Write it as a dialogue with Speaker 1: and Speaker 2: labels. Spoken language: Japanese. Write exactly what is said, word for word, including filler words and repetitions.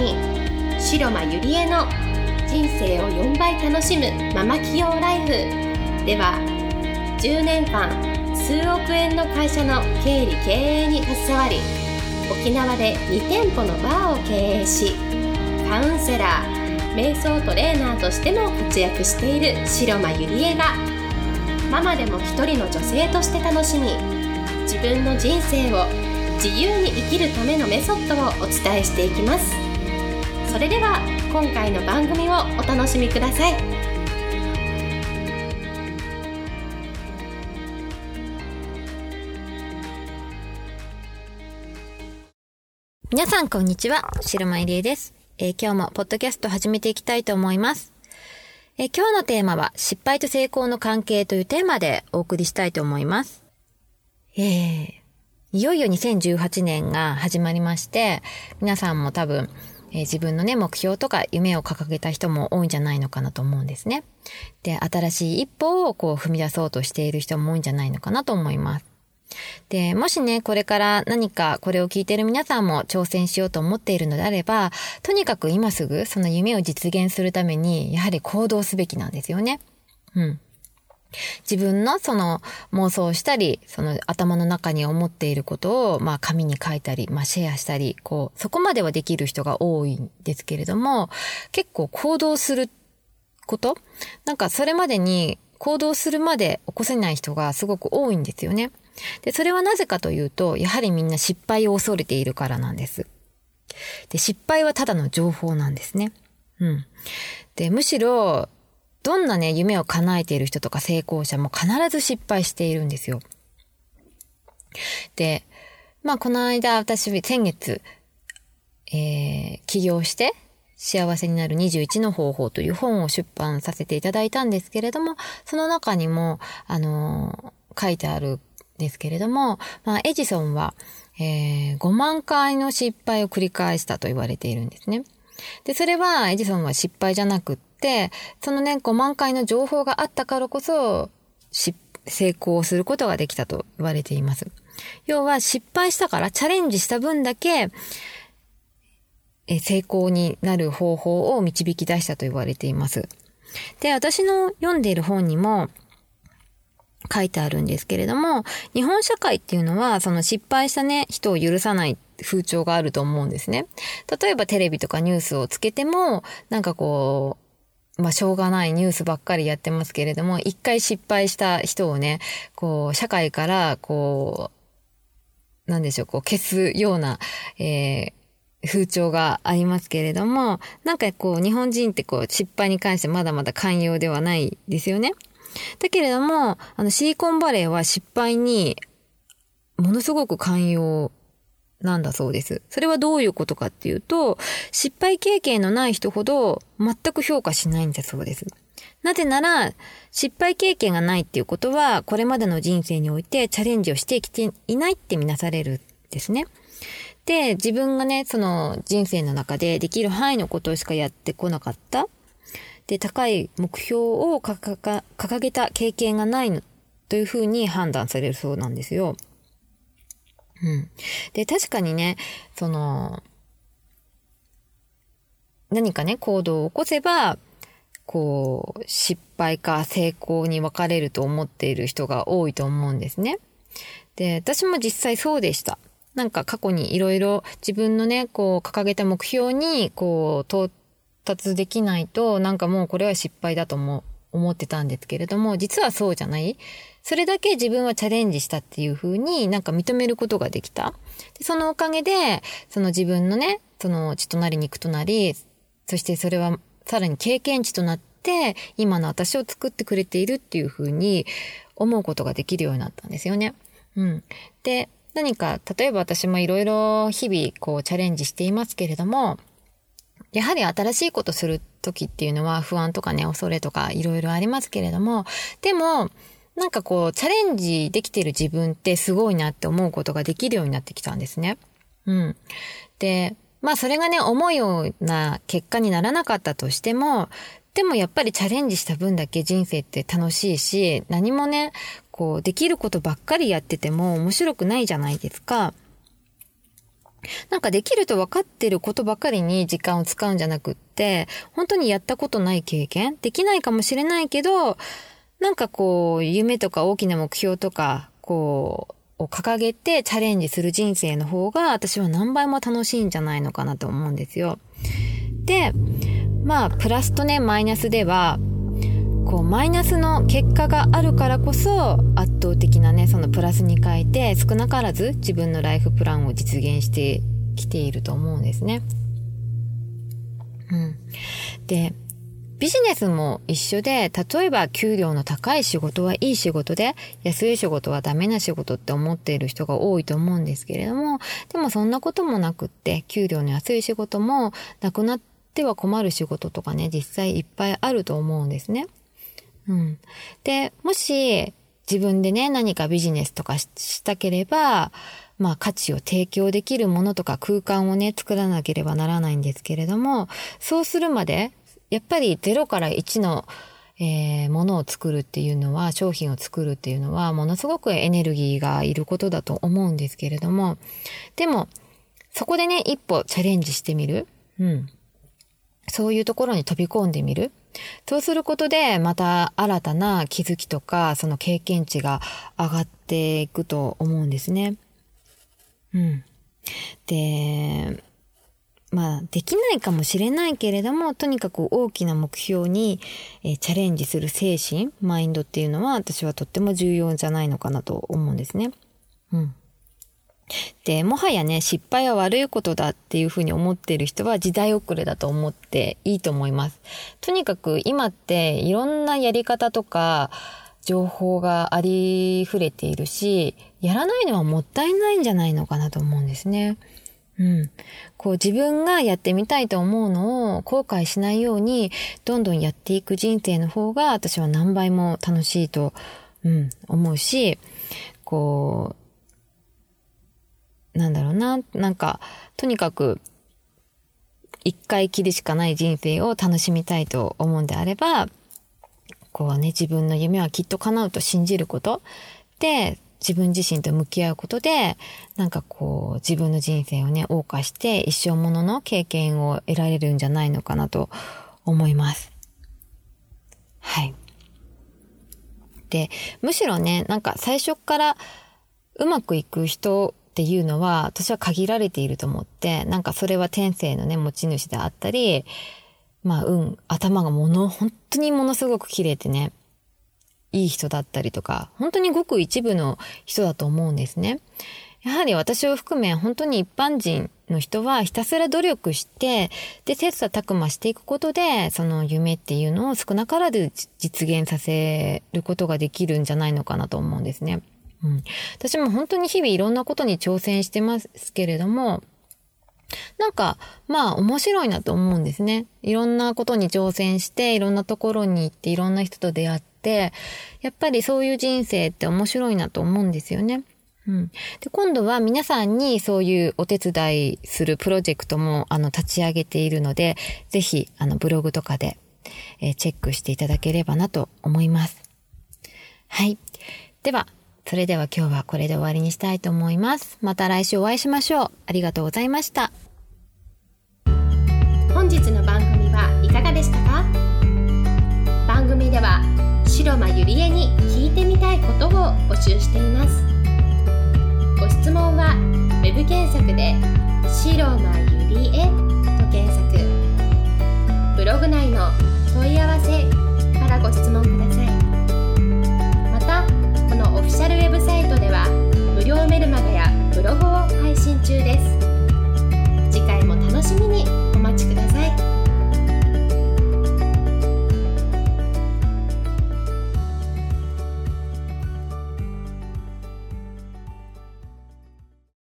Speaker 1: に白間ゆりえの人生をよんばい楽しむママ起業ライフでは、じゅうねんかん数億円の会社の経理経営に携わり、沖縄でにてんぽのバーを経営し、カウンセラー、瞑想トレーナーとしても活躍している白間ゆりえが、ママでも一人の女性として楽しみ、自分の人生を自由に生きるためのメソッドをお伝えしていきます。それでは今回の番組をお楽しみください。
Speaker 2: 皆さんこんにちは、白間ゆりえです。えー、今日もポッドキャスト始めていきたいと思います。えー、今日のテーマは失敗と成功の関係というテーマでお送りしたいと思います。えー、いよいよにせんじゅうはちねんが始まりまして、皆さんも多分、えー、自分のね目標とか夢を掲げた人も多いんじゃないのかなと思うんですね。で、新しい一歩をこう踏み出そうとしている人も多いんじゃないのかなと思います。で、もしね、これから何かこれを聞いている皆さんも挑戦しようと思っているのであれば、とにかく今すぐその夢を実現するために、やはり行動すべきなんですよね。うん。自分のその妄想したり、その頭の中に思っていることを、まあ紙に書いたり、まあシェアしたり、こう、そこまではできる人が多いんですけれども、結構行動すること、なんかそれまでに行動するまで起こせない人がすごく多いんですよね。で、それはなぜかというと、やはりみんな失敗を恐れているからなんです。で、失敗はただの情報なんですね。うん。で、むしろ、どんなね、夢を叶えている人とか成功者も必ず失敗しているんですよ。で、まあ、この間、私、先月、えー、起業して、幸せになるにじゅういちの方法という本を出版させていただいたんですけれども、その中にも、あのー、書いてあるんですけれども、まあ、エジソンは、えー、ごまんかいの失敗を繰り返したと言われているんですね。で、それは、エジソンは失敗じゃなくって、で、そのね、ごまんかいの情報があったからこそ、成功することができたと言われています。要は、失敗したからチャレンジした分だけ、え成功になる方法を導き出したと言われています。で、私の読んでいる本にも書いてあるんですけれども、日本社会っていうのは、その失敗したね、人を許さない風潮があると思うんですね。例えばテレビとかニュースをつけても、なんかこう、まあ、しょうがないニュースばっかりやってますけれども、一回失敗した人をね、こう、社会から、こう、なんでしょう、こう、消すような、えー、風潮がありますけれども、なんかこう、日本人ってこう、失敗に関してまだまだ寛容ではないですよね。だけれども、あの、シリコンバレーは失敗に、ものすごく寛容なんだそうです。それはどういうことかっていうと、失敗経験のない人ほど全く評価しないんだそうです。なぜなら、失敗経験がないっていうことは、これまでの人生においてチャレンジをしてきていないってみなされるんですね。で、自分がね、その人生の中でできる範囲のことしかやってこなかった。で、高い目標を掲げた経験がないのというふうに判断されるそうなんですよ。うん。で、確かにね、その、何かね、行動を起こせば、こう、失敗か成功に分かれると思っている人が多いと思うんですね。で、私も実際そうでした。なんか過去にいろいろ自分のね、こう、掲げた目標に、こう、到達できないと、なんかもうこれは失敗だとも思ってたんですけれども、実はそうじゃない。それだけ自分はチャレンジしたっていう風になんか認めることができた。で、そのおかげで、その自分のね、その血となり肉となり、そしてそれはさらに経験値となって、今の私を作ってくれているっていう風に思うことができるようになったんですよね。うん。で、何か、例えば私もいろいろ日々こうチャレンジしていますけれども、やはり新しいことするときっていうのは不安とかね、恐れとかいろいろありますけれども、でも、なんかこうチャレンジできている自分ってすごいなって思うことができるようになってきたんですね。うん。で、まあそれがね、思うような結果にならなかったとしても、でもやっぱりチャレンジした分だけ人生って楽しいし、何もね、こうできることばっかりやってても面白くないじゃないですか。 なんかできると分かってることばかりに時間を使うんじゃなくって、本当にやったことない経験、できないかもしれないけど、なんかこう夢とか大きな目標とかこうを掲げてチャレンジする人生の方が私は何倍も楽しいんじゃないのかなと思うんですよ。で、まあプラスとねマイナスでは、こうマイナスの結果があるからこそ圧倒的なねそのプラスに変えて少なからず自分のライフプランを実現してきていると思うんですね。うん。で、ビジネスも一緒で、例えば給料の高い仕事はいい仕事で、安い仕事はダメな仕事って思っている人が多いと思うんですけれども、でもそんなこともなくって、給料の安い仕事もなくなっては困る仕事とかね、実際いっぱいあると思うんですね。うん。で、もし自分でね、何かビジネスとかしたければ、まあ価値を提供できるものとか空間をね、作らなければならないんですけれども、そうするまで、やっぱりゼロからいちの、えー、ものを作るっていうのは、商品を作るっていうのは、ものすごくエネルギーがいることだと思うんですけれども、でも、そこでね、一歩チャレンジしてみる。うん。そういうところに飛び込んでみる。そうすることでまた新たな気づきとかその経験値が上がっていくと思うんですね。うん。で、まあできないかもしれないけれども、とにかく大きな目標に、えー、チャレンジする精神、マインドっていうのは私はとっても重要じゃないのかなと思うんですね。うん。で、もはやね、失敗は悪いことだっていうふうに思っている人は時代遅れだと思っていいと思います。とにかく今っていろんなやり方とか情報がありふれているし、やらないのはもったいないんじゃないのかなと思うんですね。うん。こう自分がやってみたいと思うのを後悔しないようにどんどんやっていく人生の方が私は何倍も楽しいと、うん、思うし、こう、なんだろうな、なんか、とにかく、一回きりしかない人生を楽しみたいと思うんであれば、こうね、自分の夢はきっと叶うと信じることで、自分自身と向き合うことで、なんかこう、自分の人生をね、謳歌して一生ものの経験を得られるんじゃないのかなと思います。はい。で、むしろね、なんか最初からうまくいく人っていうのは私は限られていると思って、なんかそれは天性のね持ち主であったり、まあ運、頭がもの本当にものすごく綺麗でね、いい人だったりとか、本当にごく一部の人だと思うんですね。やはり私を含め本当に一般人の人はひたすら努力して、で切磋琢磨していくことでその夢っていうのを少なからず実現させることができるんじゃないのかなと思うんですね。うん、私も本当に日々いろんなことに挑戦してますけれども、なんかまあ面白いなと思うんですね。いろんなことに挑戦して、いろんなところに行っていろんな人と出会って、やっぱりそういう人生って面白いなと思うんですよね。うん、で今度は皆さんにそういうお手伝いするプロジェクトもあの立ち上げているので、ぜひあのブログとかで、えー、チェックしていただければなと思います。はい。ではそれでは今日はこれで終わりにしたいと思います。また来週お会いしましょう。ありがとうございました。
Speaker 1: 本日の番組はいかがでしたか？番組では白間ゆりえに聞いてみたいことを募集しています。ご質問はウェブ検索で白間ゆりえと検索、ブログ内の問い合わせからご質問ください。